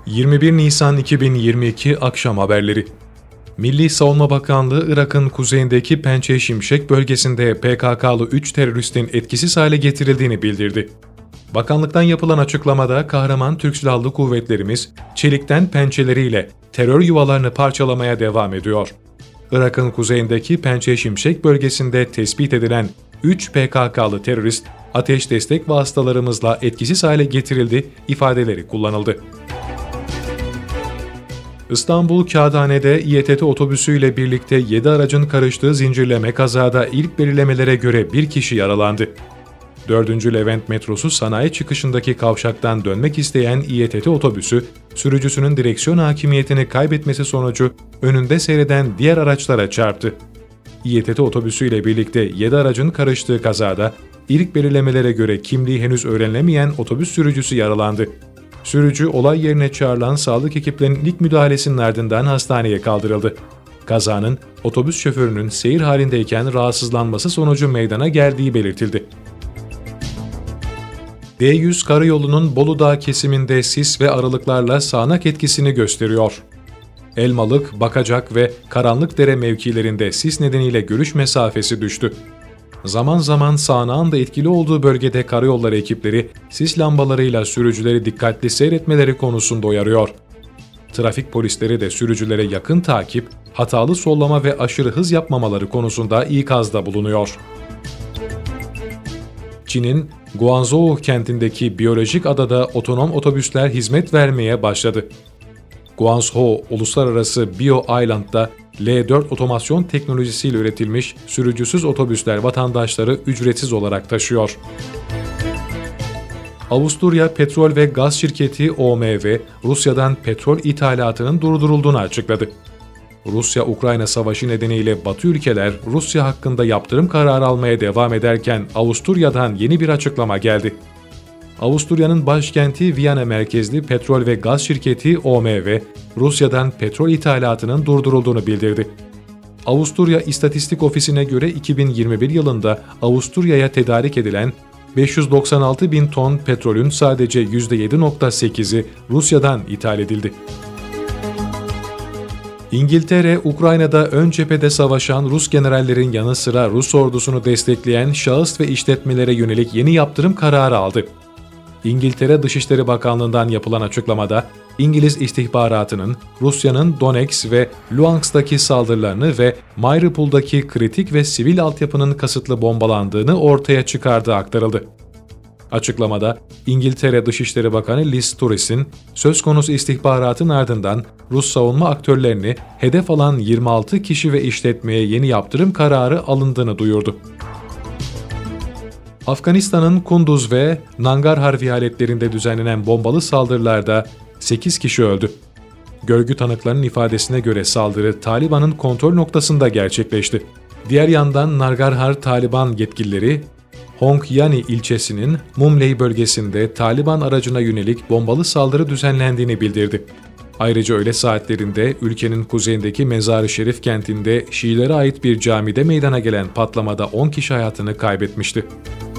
21 Nisan 2022 Akşam Haberleri. Milli Savunma Bakanlığı, Irak'ın kuzeyindeki Pençe Şimşek bölgesinde PKK'lı 3 teröristin etkisiz hale getirildiğini bildirdi. Bakanlıktan yapılan açıklamada kahraman Türk Silahlı Kuvvetlerimiz, çelikten pençeleriyle terör yuvalarını parçalamaya devam ediyor. Irak'ın kuzeyindeki Pençe Şimşek bölgesinde tespit edilen 3 PKK'lı terörist, ateş destek vasıtalarımızla etkisiz hale getirildi ifadeleri kullanıldı. İstanbul Kağıthane'de İETT otobüsüyle birlikte 7 aracın karıştığı zincirleme kazada ilk belirlemelere göre bir kişi yaralandı. 4. Levent metrosu sanayi çıkışındaki kavşaktan dönmek isteyen İETT otobüsü, sürücüsünün direksiyon hakimiyetini kaybetmesi sonucu önünde seyreden diğer araçlara çarptı. İETT otobüsüyle birlikte 7 aracın karıştığı kazada ilk belirlemelere göre kimliği henüz öğrenilemeyen otobüs sürücüsü yaralandı. Sürücü olay yerine çağrılan sağlık ekiplerinin ilk müdahalesinin ardından hastaneye kaldırıldı. Kazanın otobüs şoförünün seyir halindeyken rahatsızlanması sonucu meydana geldiği belirtildi. D100 karayolunun Bolu Dağı kesiminde sis ve aralıklarla sağanak etkisini gösteriyor. Elmalık, Bakacak ve Karanlıkdere mevkilerinde sis nedeniyle görüş mesafesi düştü. Zaman zaman sağanağın da etkili olduğu bölgede karayolları ekipleri sis lambalarıyla sürücüleri dikkatli seyretmeleri konusunda uyarıyor. Trafik polisleri de sürücülere yakın takip, hatalı sollama ve aşırı hız yapmamaları konusunda ikazda bulunuyor. Çin'in Guangzhou kentindeki biyolojik adada otonom otobüsler hizmet vermeye başladı. Guangzhou Uluslararası Bio Island'da L4 otomasyon teknolojisiyle üretilmiş sürücüsüz otobüsler vatandaşları ücretsiz olarak taşıyor. Avusturya Petrol ve Gaz Şirketi OMV, Rusya'dan petrol ithalatının durdurulduğunu açıkladı. Rusya-Ukrayna savaşı nedeniyle Batı ülkeler Rusya hakkında yaptırım kararı almaya devam ederken Avusturya'dan yeni bir açıklama geldi. Avusturya'nın başkenti Viyana merkezli petrol ve gaz şirketi OMV, Rusya'dan petrol ithalatının durdurulduğunu bildirdi. Avusturya İstatistik Ofisi'ne göre 2021 yılında Avusturya'ya tedarik edilen 596 bin ton petrolün sadece %7.8'i Rusya'dan ithal edildi. İngiltere, Ukrayna'da ön cephede savaşan Rus generallerin yanı sıra Rus ordusunu destekleyen şahıs ve işletmelere yönelik yeni yaptırım kararı aldı. İngiltere Dışişleri Bakanlığı'ndan yapılan açıklamada, İngiliz istihbaratının Rusya'nın Donetsk ve Luhansk'taki saldırılarını ve Mariupol'daki kritik ve sivil altyapının kasıtlı bombalandığını ortaya çıkardığı aktarıldı. Açıklamada, İngiltere Dışişleri Bakanı Liz Truss'in söz konusu istihbaratın ardından Rus savunma aktörlerini hedef alan 26 kişi ve işletmeye yeni yaptırım kararı alındığını duyurdu. Afganistan'ın Kunduz ve Nangarhar vilayetlerinde düzenlenen bombalı saldırılarda 8 kişi öldü. Görgü tanıklarının ifadesine göre saldırı Taliban'ın kontrol noktasında gerçekleşti. Diğer yandan Nangarhar Taliban yetkilileri, Hongyani ilçesinin Mumley bölgesinde Taliban aracına yönelik bombalı saldırı düzenlendiğini bildirdi. Ayrıca öğle saatlerinde ülkenin kuzeyindeki Mezar-ı Şerif kentinde Şiilere ait bir camide meydana gelen patlamada 10 kişi hayatını kaybetmişti.